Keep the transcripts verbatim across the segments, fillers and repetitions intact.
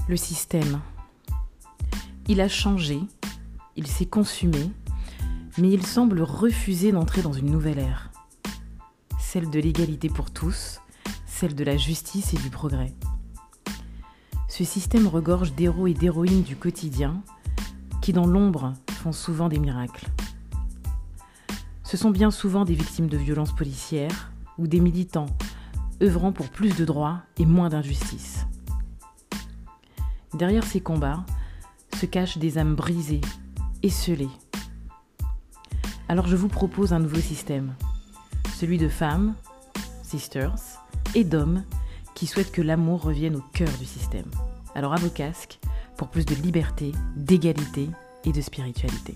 Le système. Il a changé, il s'est consumé, mais il semble refuser d'entrer dans une nouvelle ère. Celle de l'égalité pour tous, celle de la justice et du progrès. Ce système regorge d'héros et d'héroïnes du quotidien qui, dans l'ombre, font souvent des miracles. Ce sont bien souvent des victimes de violences policières ou des militants œuvrant pour plus de droits et moins d'injustice. Derrière ces combats se cachent des âmes brisées, esseulées. Alors je vous propose un nouveau système, celui de femmes, sisters, et d'hommes qui souhaitent que l'amour revienne au cœur du système. Alors à vos casques pour plus de liberté, d'égalité et de spiritualité.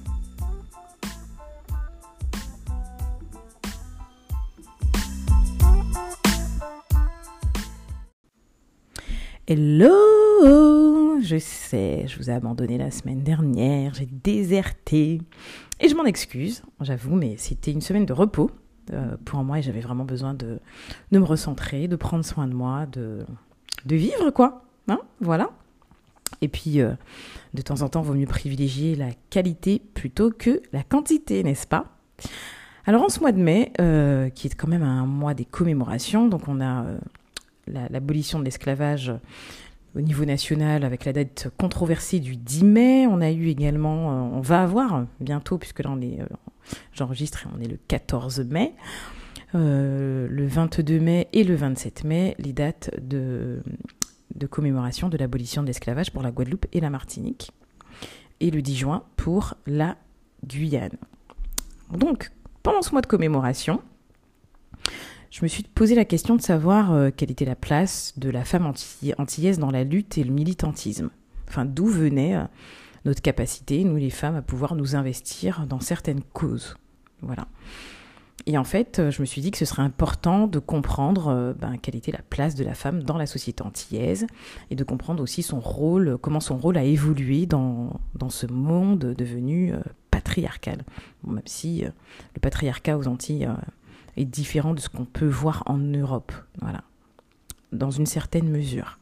Hello! Je sais, je vous ai abandonné la semaine dernière, j'ai déserté. Et je m'en excuse, j'avoue, mais c'était une semaine de repos euh, pour moi et j'avais vraiment besoin de, de me recentrer, de prendre soin de moi, de, de vivre quoi. Hein, voilà. Et puis, euh, de temps en temps, il vaut mieux privilégier la qualité plutôt que la quantité, n'est-ce pas ? Alors, en ce mois de mai, euh, qui est quand même un mois des commémorations, donc on a euh, la, l'abolition de l'esclavage au niveau national avec la date controversée du dix mai. On a eu également, euh, on va avoir bientôt, puisque là, on est, euh, j'enregistre, on est le quatorze mai, euh, le vingt-deux mai et le vingt-sept mai, les dates de... de commémoration de l'abolition de l'esclavage pour la Guadeloupe et la Martinique, et le dix juin pour la Guyane. Donc, pendant ce mois de commémoration, je me suis posé la question de savoir euh, quelle était la place de la femme anti- antillaise dans la lutte et le militantisme. Enfin, d'où venait euh, notre capacité, nous les femmes, à pouvoir nous investir dans certaines causes. Voilà. Et en fait, je me suis dit que ce serait important de comprendre euh, ben, quelle était la place de la femme dans la société antillaise et de comprendre aussi son rôle, comment son rôle a évolué dans, dans ce monde devenu euh, patriarcal. Bon, même si euh, le patriarcat aux Antilles euh, est différent de ce qu'on peut voir en Europe, voilà, dans une certaine mesure.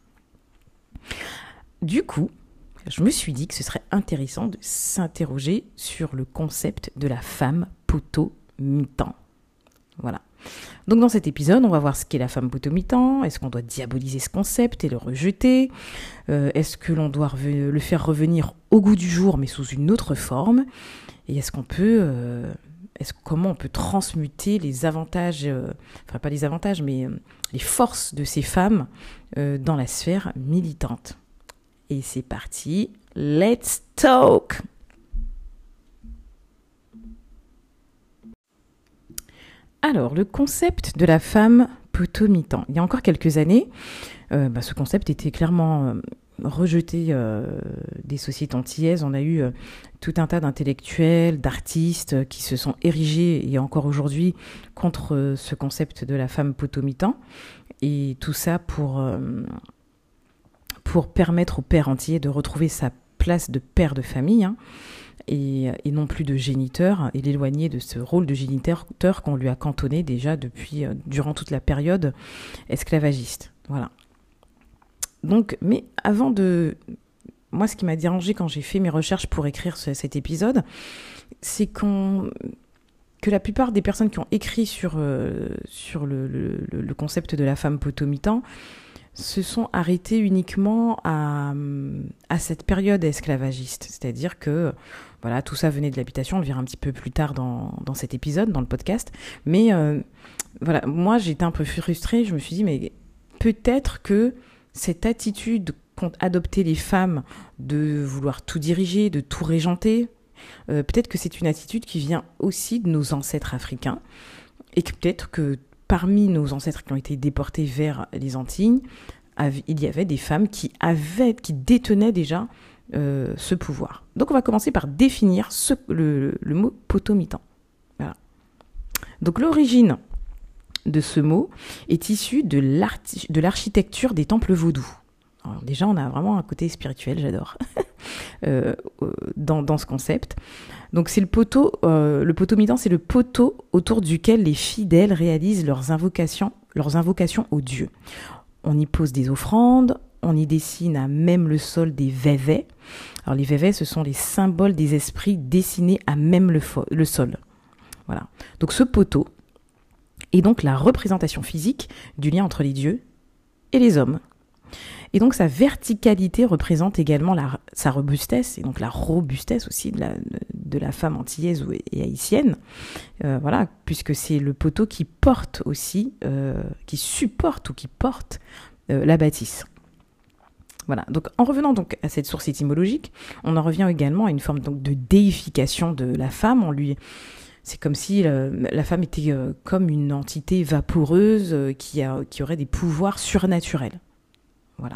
Du coup, je me suis dit que ce serait intéressant de s'interroger sur le concept de la femme poteau-mitan. Voilà. Donc dans cet épisode, on va voir ce qu'est la femme poteau-mitan. Est-ce qu'on doit diaboliser ce concept et le rejeter ? euh, Est-ce que l'on doit re- le faire revenir au goût du jour, mais sous une autre forme ? Et est-ce qu'on peut, euh, est-ce, comment on peut transmuter les avantages, euh, enfin pas les avantages, mais euh, les forces de ces femmes euh, dans la sphère militante ? Et c'est parti, let's talk ! Alors, le concept de la femme poteau-mitan. Il y a encore quelques années, euh, bah, ce concept était clairement euh, rejeté euh, des sociétés antillaises. On a eu euh, tout un tas d'intellectuels, d'artistes euh, qui se sont érigés, et encore aujourd'hui, contre euh, ce concept de la femme poteau-mitan. Et tout ça pour, euh, pour permettre au père antillais de retrouver sa place de père de famille, hein, Et, et non plus de géniteur, et l'éloigner de ce rôle de géniteur qu'on lui a cantonné déjà depuis, euh, durant toute la période esclavagiste. Voilà. Donc, mais avant de... Moi, ce qui m'a dérangé quand j'ai fait mes recherches pour écrire ce, cet épisode, c'est qu'on, que la plupart des personnes qui ont écrit sur, euh, sur le, le, le concept de la femme poteau-mitan se sont arrêtés uniquement à, à cette période esclavagiste. C'est-à-dire que voilà, tout ça venait de l'habitation, on le verra un petit peu plus tard dans, dans cet épisode, dans le podcast. Mais euh, voilà, moi j'étais un peu frustrée, je me suis dit, mais peut-être que cette attitude qu'ont adoptée les femmes de vouloir tout diriger, de tout régenter, euh, peut-être que c'est une attitude qui vient aussi de nos ancêtres africains, et que peut-être que parmi nos ancêtres qui ont été déportés vers les Antilles, il y avait des femmes qui avaient, qui détenaient déjà euh, ce pouvoir. Donc on va commencer par définir ce, le, le mot poteau-mitan. Voilà. Donc l'origine de ce mot est issue de, l'arti- de l'architecture des temples vaudous. Alors déjà, on a vraiment un côté spirituel, j'adore, euh, dans, dans ce concept. Donc c'est le poteau, euh, le poteau-mitan, c'est le poteau autour duquel les fidèles réalisent leurs invocations, leurs invocations aux dieux. On y pose des offrandes, on y dessine à même le sol des vévés. Alors les vévés, ce sont les symboles des esprits dessinés à même le, fo- le sol. Voilà. Donc ce poteau est donc la représentation physique du lien entre les dieux et les hommes. Et donc sa verticalité représente également la, sa robustesse, et donc la robustesse aussi de la, de la femme antillaise et haïtienne, euh, voilà, puisque c'est le poteau qui porte aussi, euh, qui supporte ou qui porte euh, la bâtisse. Voilà. Donc en revenant donc à cette source étymologique, on en revient également à une forme donc de déification de la femme. On lui C'est comme si euh, la femme était euh, comme une entité vaporeuse euh, qui, a, qui aurait des pouvoirs surnaturels. Voilà.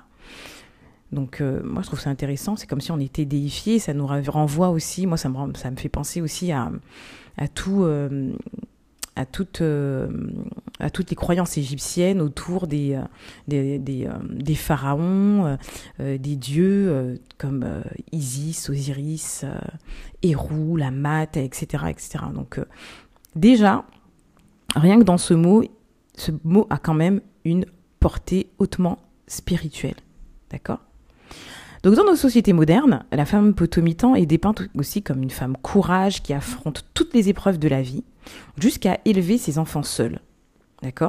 Donc euh, moi je trouve ça intéressant, c'est comme si on était déifié, ça nous renvoie aussi, moi ça me, ça me fait penser aussi à, à, tout, euh, à, toute, euh, à toutes les croyances égyptiennes autour des, des, des, euh, des pharaons, euh, des dieux euh, comme euh, Isis, Osiris, euh, Hérou, la Mat, et cetera, et cetera. Donc euh, déjà, rien que dans ce mot, ce mot a quand même une portée hautement spirituelle. D'accord ? Donc dans nos sociétés modernes, la femme potomitan est dépeinte aussi comme une femme courage qui affronte toutes les épreuves de la vie jusqu'à élever ses enfants seuls. D'accord ?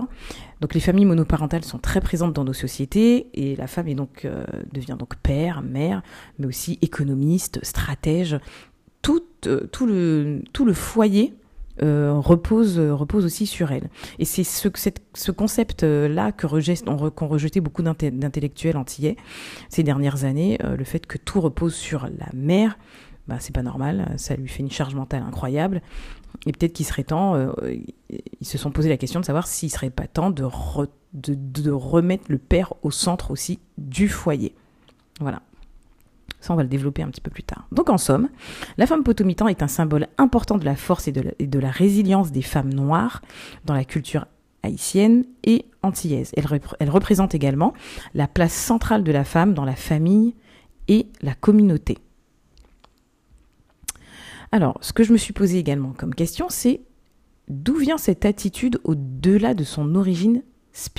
Donc les familles monoparentales sont très présentes dans nos sociétés et la femme est donc, euh, devient donc père, mère, mais aussi économiste, stratège. Tout, euh, tout, le, tout le foyer Euh, repose, euh, repose aussi sur elle. Et c'est ce, cette, ce concept-là que rejette, on, qu'ont rejeté beaucoup d'intellectuels antillais ces dernières années, euh, le fait que tout repose sur la mère, bah, c'est pas normal, ça lui fait une charge mentale incroyable. Et peut-être qu'il serait temps, euh, ils se sont posé la question de savoir s'il serait pas temps de, re, de, de remettre le père au centre aussi du foyer. Voilà. Ça, on va le développer un petit peu plus tard. Donc, en somme, la femme potomitan est un symbole important de la force et de la, et de la résilience des femmes noires dans la culture haïtienne et antillaise. Elle, rep- elle représente également la place centrale de la femme dans la famille et la communauté. Alors, ce que je me suis posé également comme question, c'est d'où vient cette attitude au-delà de son origine spirituelle ?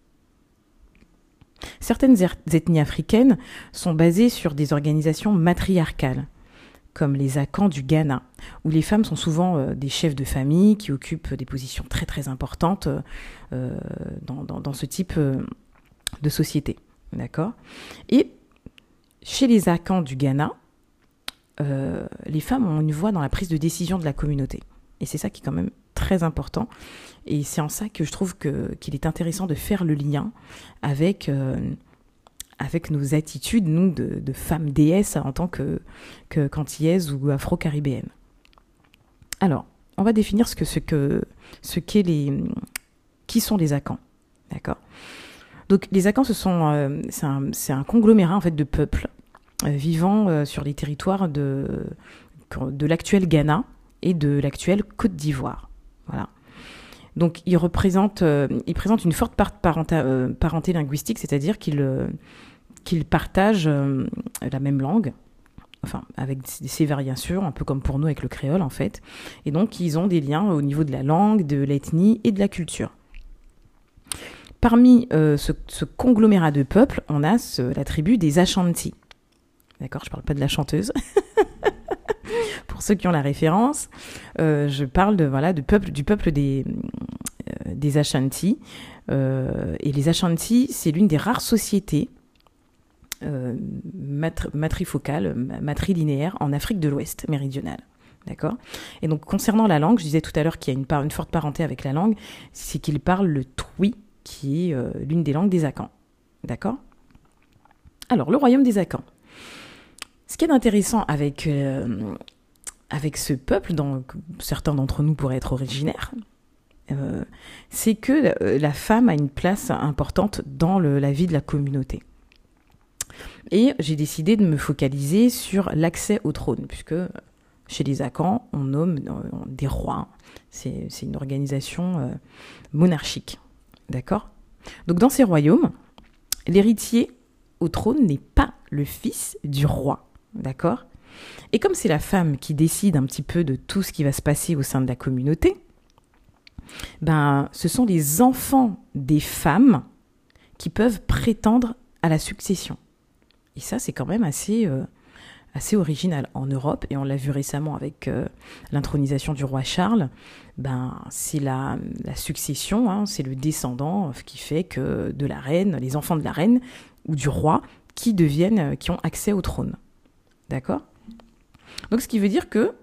Certaines ethnies africaines sont basées sur des organisations matriarcales, comme les Akans du Ghana, où les femmes sont souvent euh, des chefs de famille qui occupent des positions très très importantes euh, dans, dans, dans ce type euh, de société. D'accord ? Et chez les Akans du Ghana, euh, les femmes ont une voix dans la prise de décision de la communauté. Et c'est ça qui est quand même très important. Et c'est en ça que je trouve que, qu'il est intéressant de faire le lien avec, euh, avec nos attitudes, nous, de, de femmes déesses en tant que, que qu'antillaises ou afro-caribéennes. Alors, on va définir ce que, ce que, ce qu'est les, qui sont les Akans. D'accord ? Donc, les Akans, ce sont, euh, c'est, un, c'est un conglomérat en fait, de peuples euh, vivant euh, sur les territoires de, de l'actuel Ghana et de l'actuelle Côte d'Ivoire. Voilà. Donc, ils représentent, euh, ils présentent une forte part parenta, euh, parenté linguistique, c'est-à-dire qu'ils, euh, qu'ils partagent euh, la même langue, enfin, avec ces variations, un peu comme pour nous avec le créole, en fait. Et donc, ils ont des liens au niveau de la langue, de l'ethnie et de la culture. Parmi euh, ce, ce conglomérat de peuples, on a ce, la tribu des Ashanti. D'accord, je ne parle pas de la chanteuse. Pour ceux qui ont la référence, euh, je parle de, voilà, de peuple, du peuple des, euh, des Ashanti. Euh, et les Ashanti, c'est l'une des rares sociétés euh, matri- matrifocales, matrilinéaires en Afrique de l'Ouest méridionale. D'accord ? Et donc, concernant la langue, je disais tout à l'heure qu'il y a une, part, une forte parenté avec la langue, c'est qu'ils parlent le twi, qui est euh, l'une des langues des Akans. D'accord ? Alors, le royaume des Akans. Ce qui est intéressant avec, euh, avec ce peuple, dont certains d'entre nous pourraient être originaires, euh, c'est que la, la femme a une place importante dans le, la vie de la communauté. Et j'ai décidé de me focaliser sur l'accès au trône, puisque chez les Akans, on nomme des rois. C'est, c'est une organisation euh, monarchique. D'accord ? Donc dans ces royaumes, l'héritier au trône n'est pas le fils du roi. D'accord ? Et comme c'est la femme qui décide un petit peu de tout ce qui va se passer au sein de la communauté, ben, ce sont les enfants des femmes qui peuvent prétendre à la succession. Et ça, c'est quand même assez, euh, assez original en Europe, et on l'a vu récemment avec euh, l'intronisation du roi Charles. Ben, c'est la, la succession, hein, c'est le descendant qui fait que de la reine, les enfants de la reine ou du roi qui deviennent, qui ont accès au trône. D'accord ? Donc, ce qui veut dire que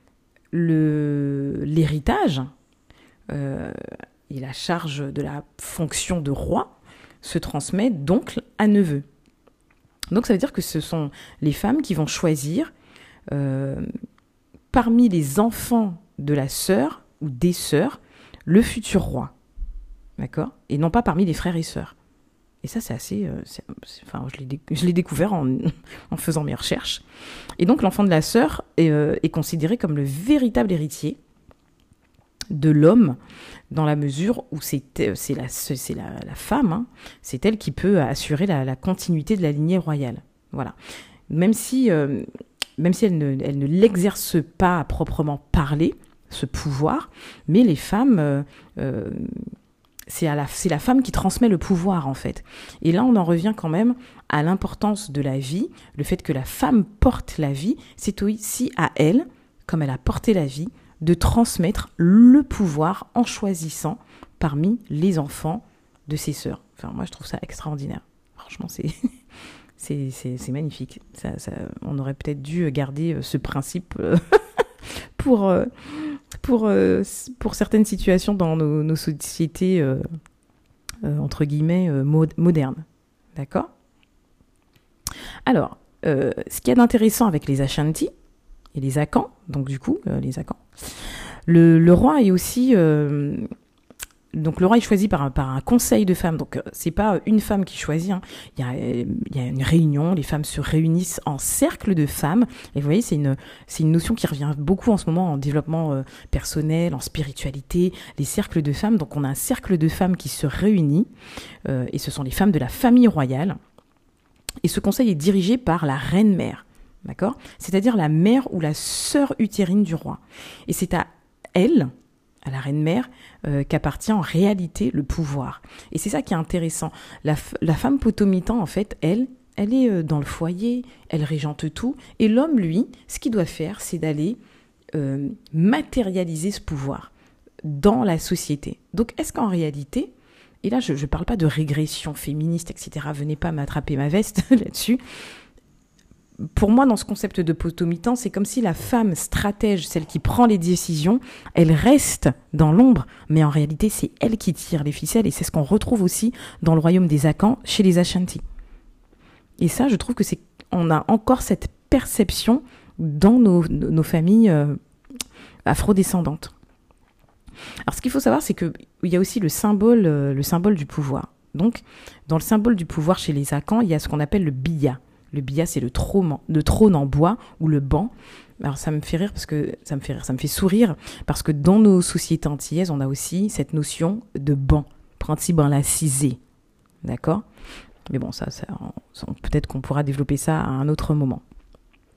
le, l'héritage euh, et la charge de la fonction de roi se transmet d'oncle à neveu. Donc, ça veut dire que ce sont les femmes qui vont choisir euh, parmi les enfants de la sœur ou des sœurs le futur roi. D'accord ? Et non pas parmi les frères et sœurs. Et ça, c'est assez... Euh, c'est, c'est, enfin, je l'ai, je l'ai découvert en, en faisant mes recherches. Et donc, l'enfant de la sœur est, euh, est considéré comme le véritable héritier de l'homme, dans la mesure où c'est, c'est, la, c'est la, la femme, hein, c'est elle qui peut assurer la, la continuité de la lignée royale. Voilà. Même si, euh, même si elle, ne, elle ne l'exerce pas à proprement parler, ce pouvoir, mais les femmes... Euh, euh, C'est, à la, c'est la femme qui transmet le pouvoir, en fait. Et là, on en revient quand même à l'importance de la vie, le fait que la femme porte la vie, c'est aussi à elle, comme elle a porté la vie, de transmettre le pouvoir en choisissant parmi les enfants de ses sœurs. Enfin, moi, je trouve ça extraordinaire. Franchement, c'est, c'est, c'est, c'est magnifique. Ça, ça, on aurait peut-être dû garder ce principe pour... Euh, Pour, euh, pour certaines situations dans nos, nos sociétés, euh, euh, entre guillemets, euh, mod- modernes. D'accord ? Alors, euh, ce qu'il y a d'intéressant avec les Ashanti et les Akans, donc du coup, euh, les Akans, le, le roi est aussi... Euh, donc le roi est choisi par un, par un conseil de femmes. Donc euh, c'est pas une femme qui choisit. Hein. Il y a, il y a une réunion, les femmes se réunissent en cercle de femmes. Et vous voyez, c'est une, c'est une notion qui revient beaucoup en ce moment en développement euh, personnel, en spiritualité, les cercles de femmes. Donc on a un cercle de femmes qui se réunit, euh, et ce sont les femmes de la famille royale. Et ce conseil est dirigé par la reine-mère, d'accord ? C'est-à-dire la mère ou la sœur utérine du roi. Et c'est à elle, à la reine-mère, euh, qu'appartient en réalité le pouvoir. Et c'est ça qui est intéressant. La, f- la femme potomitan, en fait, elle, elle est euh, dans le foyer, elle régente tout. Et l'homme, lui, ce qu'il doit faire, c'est d'aller euh, matérialiser ce pouvoir dans la société. Donc, est-ce qu'en réalité, et là, je ne parle pas de régression féministe, et cetera, venez pas m'attraper ma veste là-dessus. Pour moi, dans ce concept de potomitan, c'est comme si la femme stratège, celle qui prend les décisions, elle reste dans l'ombre, mais en réalité, c'est elle qui tire les ficelles, et c'est ce qu'on retrouve aussi dans le royaume des Akans, chez les Ashanti. Et ça, je trouve que c'est, on a encore cette perception dans nos, nos familles euh, afrodescendantes. Alors, ce qu'il faut savoir, c'est qu'il y a aussi le symbole, euh, le symbole du pouvoir. Donc, dans le symbole du pouvoir chez les Akans, il y a ce qu'on appelle le biya. Le biya, c'est le trône, le trône en bois ou le banc. Alors ça me fait rire parce que ça me fait rire, ça me fait sourire parce que dans nos sociétés antillaises, on a aussi cette notion de banc, principe en la cisée, d'accord ? Mais bon, ça, ça, ça, peut-être qu'on pourra développer ça à un autre moment, d'accord ?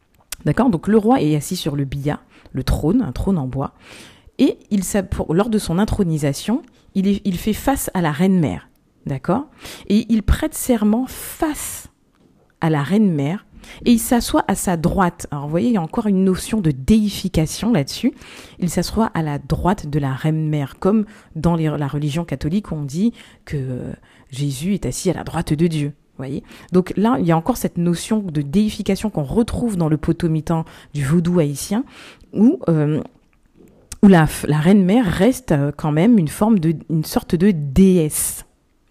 Donc le roi est assis sur le biya, le trône, un trône en bois, et il, pour, lors de son intronisation, il, est, il fait face à la reine-mère, d'accord ? Et il prête serment face à la reine-mère, et il s'assoit à sa droite. Alors vous voyez, il y a encore une notion de déification là-dessus. Il s'assoit à la droite de la reine-mère, comme dans les, la religion catholique où on dit que euh, Jésus est assis à la droite de Dieu. Vous voyez ? Donc là, il y a encore cette notion de déification qu'on retrouve dans le potomitan du vaudou haïtien, où, euh, où la, la reine-mère reste euh, quand même une forme de, une sorte de déesse. D'accord ?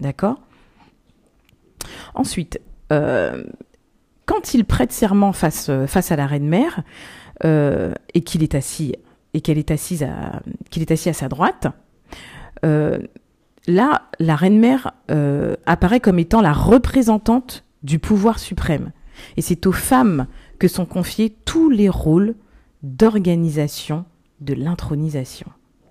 Ensuite, Euh, quand il prête serment face, face à la reine-mère euh, et qu'il est assis et qu'elle est assise à, qu'il est assis à sa droite, euh, là, la reine-mère euh, apparaît comme étant la représentante du pouvoir suprême. Et c'est aux femmes que sont confiés tous les rôles d'organisation de l'intronisation.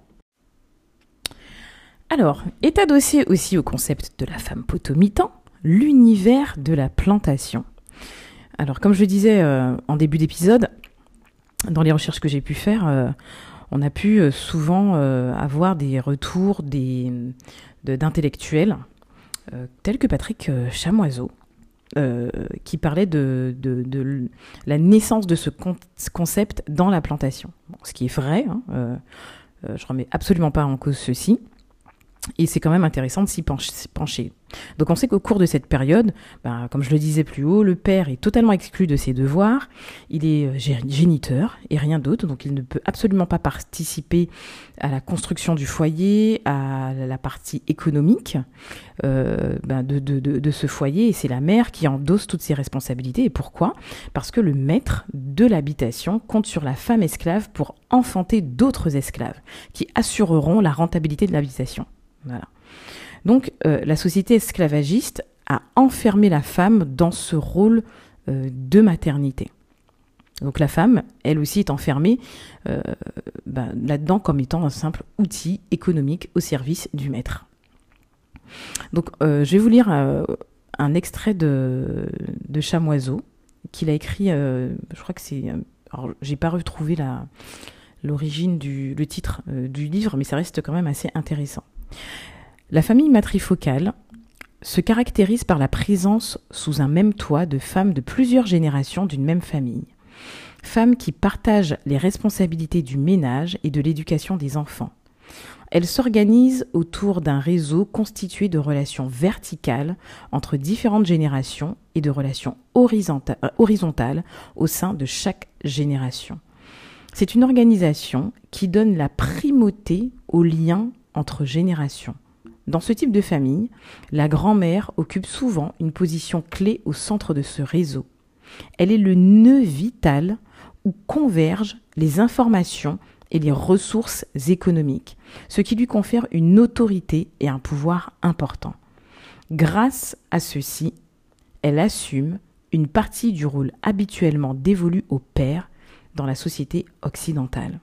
Alors, est adossé aussi au concept de la femme potomitan, l'univers de la plantation. Alors, comme je le disais euh, en début d'épisode, dans les recherches que j'ai pu faire, euh, on a pu euh, souvent euh, avoir des retours des, de, d'intellectuels, euh, tels que Patrick euh, Chamoiseau, euh, qui parlait de, de, de la naissance de ce con- concept dans la plantation. Bon, ce qui est vrai, hein, euh, euh, je ne remets absolument pas en cause ceci. Et c'est quand même intéressant de s'y pencher. Donc on sait qu'au cours de cette période, ben, comme je le disais plus haut, le père est totalement exclu de ses devoirs, il est géniteur et rien d'autre, donc il ne peut absolument pas participer à la construction du foyer, à la partie économique euh, ben de, de, de, de ce foyer, et c'est la mère qui endosse toutes ses responsabilités. Et pourquoi ? Parce que le maître de l'habitation compte sur la femme esclave pour enfanter d'autres esclaves, qui assureront la rentabilité de l'habitation. Voilà. Donc, euh, la société esclavagiste a enfermé la femme dans ce rôle euh, de maternité. Donc, la femme, elle aussi, est enfermée euh, ben, là-dedans comme étant un simple outil économique au service du maître. Donc, euh, je vais vous lire euh, un extrait de, de Chamoiseau qu'il a écrit, euh, je crois que c'est... Alors, j'ai pas retrouvé la, l'origine du le titre euh, du livre, mais ça reste quand même assez intéressant. La famille matrifocale se caractérise par la présence sous un même toit de femmes de plusieurs générations d'une même famille. Femmes qui partagent les responsabilités du ménage et de l'éducation des enfants. Elles s'organisent autour d'un réseau constitué de relations verticales entre différentes générations et de relations horizonta- euh, horizontales au sein de chaque génération. C'est une organisation qui donne la primauté aux liens entre générations. Dans ce type de famille, la grand-mère occupe souvent une position clé au centre de ce réseau. Elle est le nœud vital où convergent les informations et les ressources économiques, ce qui lui confère une autorité et un pouvoir important. Grâce à ceci, elle assume une partie du rôle habituellement dévolu au père dans la société occidentale.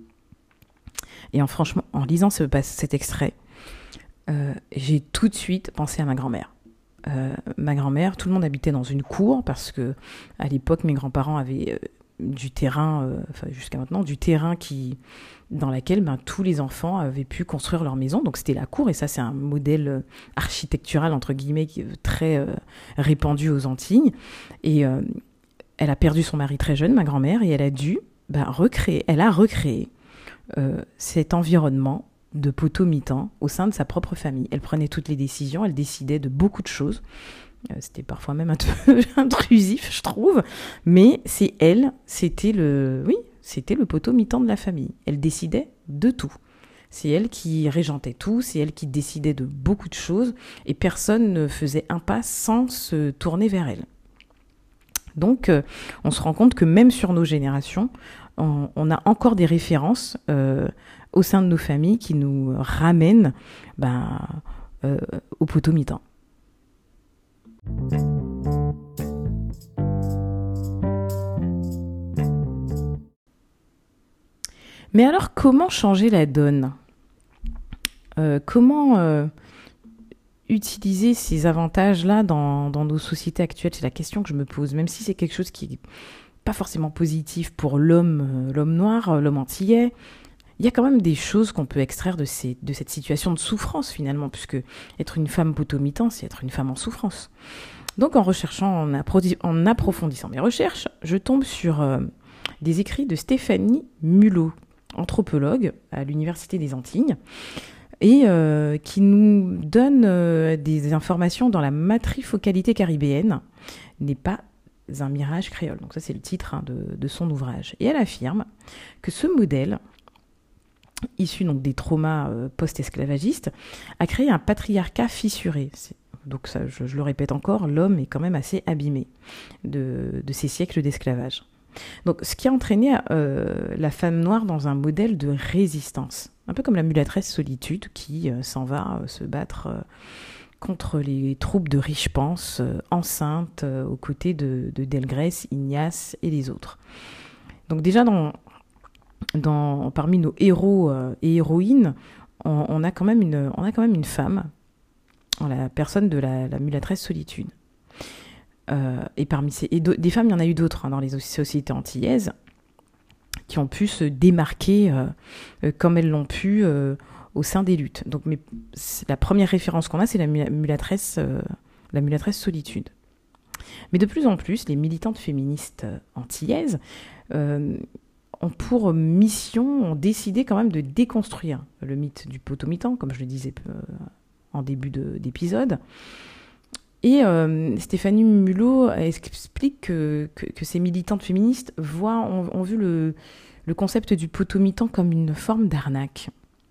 Et en, franchement, en lisant ce, cet extrait, Euh, j'ai tout de suite pensé à ma grand-mère. Euh, ma grand-mère, tout le monde habitait dans une cour parce que à l'époque, mes grands-parents avaient euh, du terrain, euh, enfin jusqu'à maintenant, du terrain qui, dans laquelle ben, tous les enfants avaient pu construire leur maison. Donc c'était la cour, et ça c'est un modèle architectural entre guillemets très euh, répandu aux Antilles. Et euh, elle a perdu son mari très jeune, ma grand-mère, et elle a dû ben, recréer, elle a recréé euh, cet environnement de poteau-mitant au sein de sa propre famille. Elle prenait toutes les décisions, elle décidait de beaucoup de choses. Euh, c'était parfois même un peu intrusif, je trouve, mais c'est elle, c'était le, oui, c'était le poteau-mitant de la famille. Elle décidait de tout. C'est elle qui régentait tout, c'est elle qui décidait de beaucoup de choses, et personne ne faisait un pas sans se tourner vers elle. Donc, euh, on se rend compte que même sur nos générations, on, on a encore des références euh, au sein de nos familles qui nous ramènent ben, euh, au poteau-mitant. Mais alors, comment changer la donne ? euh, Comment euh, utiliser ces avantages-là dans, dans nos sociétés actuelles ? C'est la question que je me pose, même si c'est quelque chose qui n'est pas forcément positif pour l'homme, euh, l'homme noir, l'homme antillais. Il y a quand même des choses qu'on peut extraire de, ces, de cette situation de souffrance, finalement, puisque être une femme poteau-mitant, c'est être une femme en souffrance. Donc, en recherchant, en, appro- en approfondissant mes recherches, je tombe sur euh, des écrits de Stéphanie Mulot, anthropologue à l'Université des Antilles, et euh, qui nous donne euh, des informations dans la matrifocalité caribéenne, n'est pas un mirage créole. Donc ça, c'est le titre hein, de, de son ouvrage. Et elle affirme que ce modèle, issu donc des traumas euh, post-esclavagistes, a créé un patriarcat fissuré. C'est, donc ça, je, je le répète encore, l'homme est quand même assez abîmé de, de ces siècles d'esclavage. Donc, ce qui a entraîné euh, la femme noire dans un modèle de résistance, un peu comme la mulâtresse Solitude qui euh, s'en va euh, se battre euh, contre les troupes de Richepanse, euh, enceinte, euh, aux côtés de, de Delgrès, Ignace et les autres. Donc déjà, dans, dans, parmi nos héros euh, et héroïnes, on, on, a quand même une, on a quand même une femme, en la personne de la, la mulâtresse Solitude. Euh, et parmi ces, et des femmes, il y en a eu d'autres hein, dans les sociétés antillaises qui ont pu se démarquer euh, euh, comme elles l'ont pu euh, au sein des luttes. Donc, mais la première référence qu'on a, c'est la mulâtresse, euh, la mulâtresse Solitude. Mais de plus en plus, les militantes féministes antillaises euh, ont pour mission, ont décidé quand même de déconstruire le mythe du potomitan, comme je le disais euh, en début de, d'épisode. Et euh, Stéphanie Mulot explique que, que, que ces militantes féministes voient, ont, ont vu le, le concept du potomitan comme une forme d'arnaque.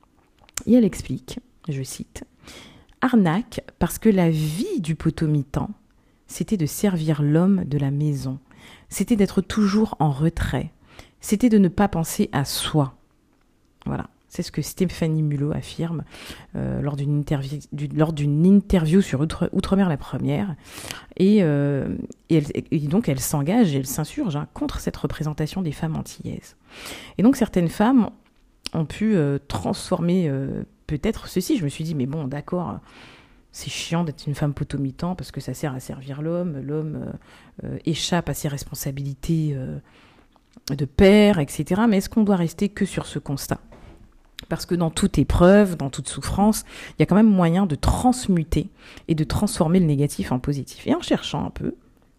Et elle explique, je cite, « Arnaque parce que la vie du potomitan, c'était de servir l'homme de la maison, c'était d'être toujours en retrait, c'était de ne pas penser à soi. » Voilà. C'est ce que Stéphanie Mulot affirme euh, lors, d'une interview, du, lors d'une interview sur Outre, Outre-mer la première. Et, euh, et, elle, et donc, elle s'engage et elle s'insurge hein, contre cette représentation des femmes antillaises. Et donc, certaines femmes ont pu euh, transformer euh, peut-être ceci. Je me suis dit, mais bon, d'accord, c'est chiant d'être une femme potomitan parce que ça sert à servir l'homme. L'homme euh, euh, échappe à ses responsabilités euh, de père, et cetera. Mais est-ce qu'on doit rester que sur ce constat ? Parce que dans toute épreuve, dans toute souffrance, il y a quand même moyen de transmuter et de transformer le négatif en positif. Et en cherchant un peu,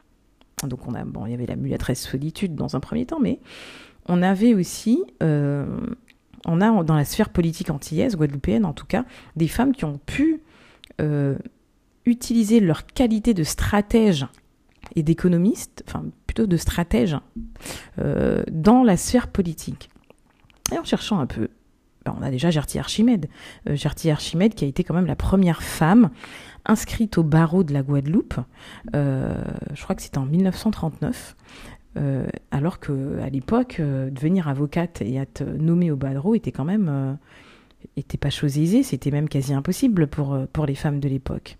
donc on a, bon, il y avait la mulâtresse solitude dans un premier temps, mais on avait aussi, euh, on a dans la sphère politique antillaise, guadeloupéenne en tout cas, des femmes qui ont pu euh, utiliser leur qualité de stratège et d'économiste, enfin plutôt de stratège, euh, dans la sphère politique. Et en cherchant un peu, on a déjà Gerty Archimède. Euh, Gerty Archimède qui a été quand même la première femme inscrite au barreau de la Guadeloupe. Euh, je crois que c'était en dix-neuf cent trente-neuf. Euh, alors qu'à l'époque, euh, devenir avocate et être nommée au barreau était quand même... Euh, était pas chose aisée, c'était même quasi impossible pour, pour les femmes de l'époque.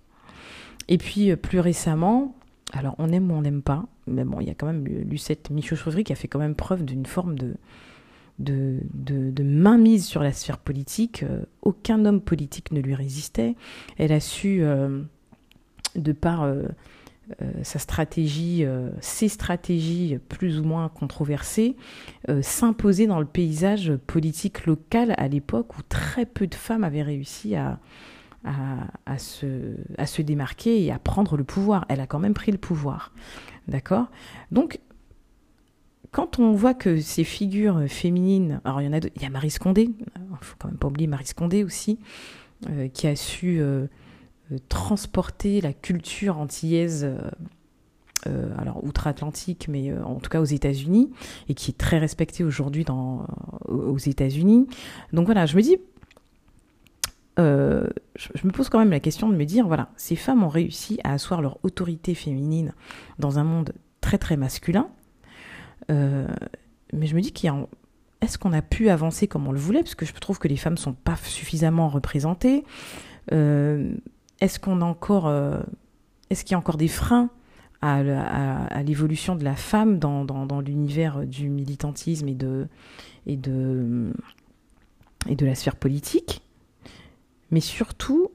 Et puis, euh, plus récemment, alors on aime ou on n'aime pas, mais bon, il y a quand même Lucette Michaux-Chevry qui a fait quand même preuve d'une forme de... De, de, de mainmise sur la sphère politique. Euh, aucun homme politique ne lui résistait. Elle a su, euh, de par euh, euh, sa stratégie, euh, ses stratégies plus ou moins controversées, euh, s'imposer dans le paysage politique local à l'époque où très peu de femmes avaient réussi à, à, à, se, à se démarquer et à prendre le pouvoir. Elle a quand même pris le pouvoir. D'accord ? Donc, quand on voit que ces figures féminines, alors il y en a deux, il y a Maryse Condé, il ne faut quand même pas oublier Maryse Condé aussi, euh, qui a su euh, euh, transporter la culture antillaise, euh, euh, alors outre-Atlantique, mais euh, en tout cas aux États-Unis, et qui est très respectée aujourd'hui dans, aux États-Unis. Donc voilà, je me dis, euh, je, je me pose quand même la question de me dire, voilà, ces femmes ont réussi à asseoir leur autorité féminine dans un monde très très masculin. Euh, mais je me dis qu'il y a, est-ce qu'on a pu avancer comme on le voulait, parce que je trouve que les femmes sont pas suffisamment représentées. Euh, est-ce qu'on a encore, euh, est-ce qu'il y a encore des freins à, à, à l'évolution de la femme dans, dans, dans l'univers du militantisme et de et de et de la sphère politique? Mais surtout,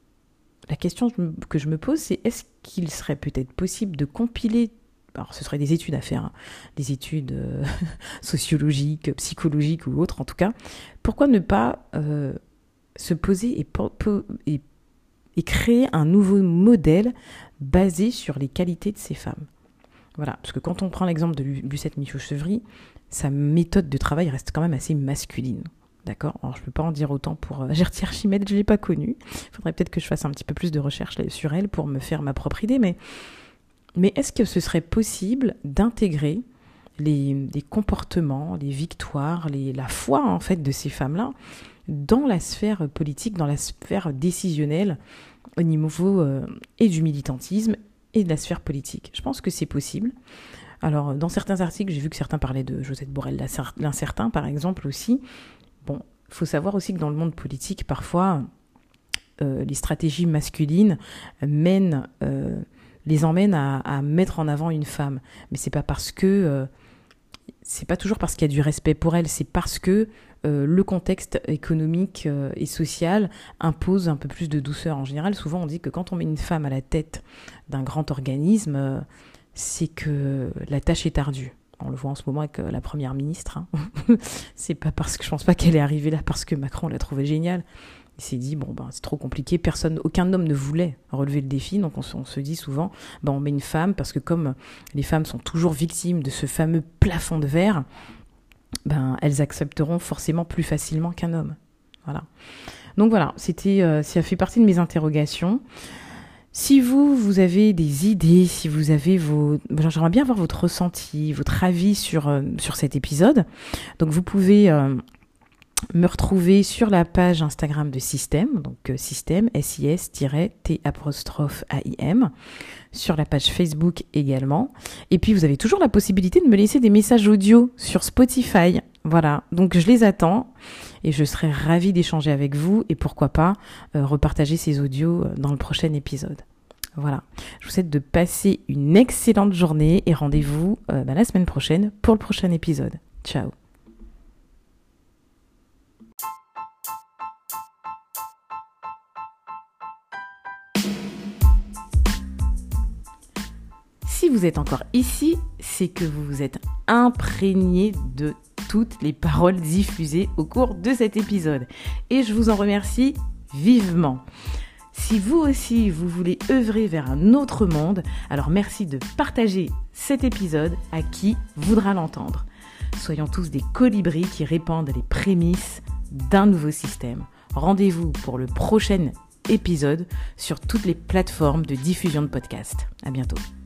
la question que je me pose, c'est est-ce qu'il serait peut-être possible de compiler, alors ce seraient des études à faire, hein, des études euh, sociologiques, psychologiques ou autres en tout cas, pourquoi ne pas euh, se poser et, po- po- et, et créer un nouveau modèle basé sur les qualités de ces femmes. Voilà, parce que quand on prend l'exemple de Lucette Michaux-Chevry, sa méthode de travail reste quand même assez masculine. D'accord ? Alors je ne peux pas en dire autant pour euh, Gerty Archimède, je ne l'ai pas connue. Il faudrait peut-être que je fasse un petit peu plus de recherche sur elle pour me faire ma propre idée, mais... Mais est-ce que ce serait possible d'intégrer les, les comportements, les victoires, les, la foi en fait de ces femmes-là dans la sphère politique, dans la sphère décisionnelle au niveau euh, et du militantisme et de la sphère politique? Je pense que c'est possible. Alors, dans certains articles, j'ai vu que certains parlaient de Josette Borrell l'incertain, par exemple, aussi. Bon, il faut savoir aussi que dans le monde politique, parfois, euh, les stratégies masculines mènent... Euh, les emmène à, à mettre en avant une femme. Mais c'est pas parce que... Euh, c'est pas toujours parce qu'il y a du respect pour elle, c'est parce que euh, le contexte économique euh, et social impose un peu plus de douceur. En général, souvent on dit que quand on met une femme à la tête d'un grand organisme, euh, c'est que la tâche est ardue. On le voit en ce moment avec euh, la première ministre. Hein. C'est pas parce que je pense pas qu'elle est arrivée là parce que Macron l'a trouvée géniale. Il s'est dit, bon, ben, c'est trop compliqué, personne, aucun homme ne voulait relever le défi, donc on, se- on se dit souvent, ben, on met une femme, parce que comme les femmes sont toujours victimes de ce fameux plafond de verre, ben, elles accepteront forcément plus facilement qu'un homme. Voilà. Donc voilà, c'était, euh, ça fait partie de mes interrogations. Si vous, vous avez des idées, si vous avez vos... J'aimerais bien avoir votre ressenti, votre avis sur, euh, sur cet épisode. Donc vous pouvez euh, me retrouver sur la page Instagram de Système, donc euh, Système, S I S T apostrophe A I M, sur la page Facebook également. Et puis vous avez toujours la possibilité de me laisser des messages audio sur Spotify. Voilà, donc je les attends et je serai ravie d'échanger avec vous et pourquoi pas euh, repartager ces audios euh, dans le prochain épisode. Voilà, je vous souhaite de passer une excellente journée et rendez-vous euh, bah, la semaine prochaine pour le prochain épisode. Ciao. Si vous êtes encore ici, c'est que vous vous êtes imprégné de toutes les paroles diffusées au cours de cet épisode. Et je vous en remercie vivement. Si vous aussi, vous voulez œuvrer vers un autre monde, alors merci de partager cet épisode à qui voudra l'entendre. Soyons tous des colibris qui répandent les prémices d'un nouveau système. Rendez-vous pour le prochain épisode sur toutes les plateformes de diffusion de podcasts. À bientôt.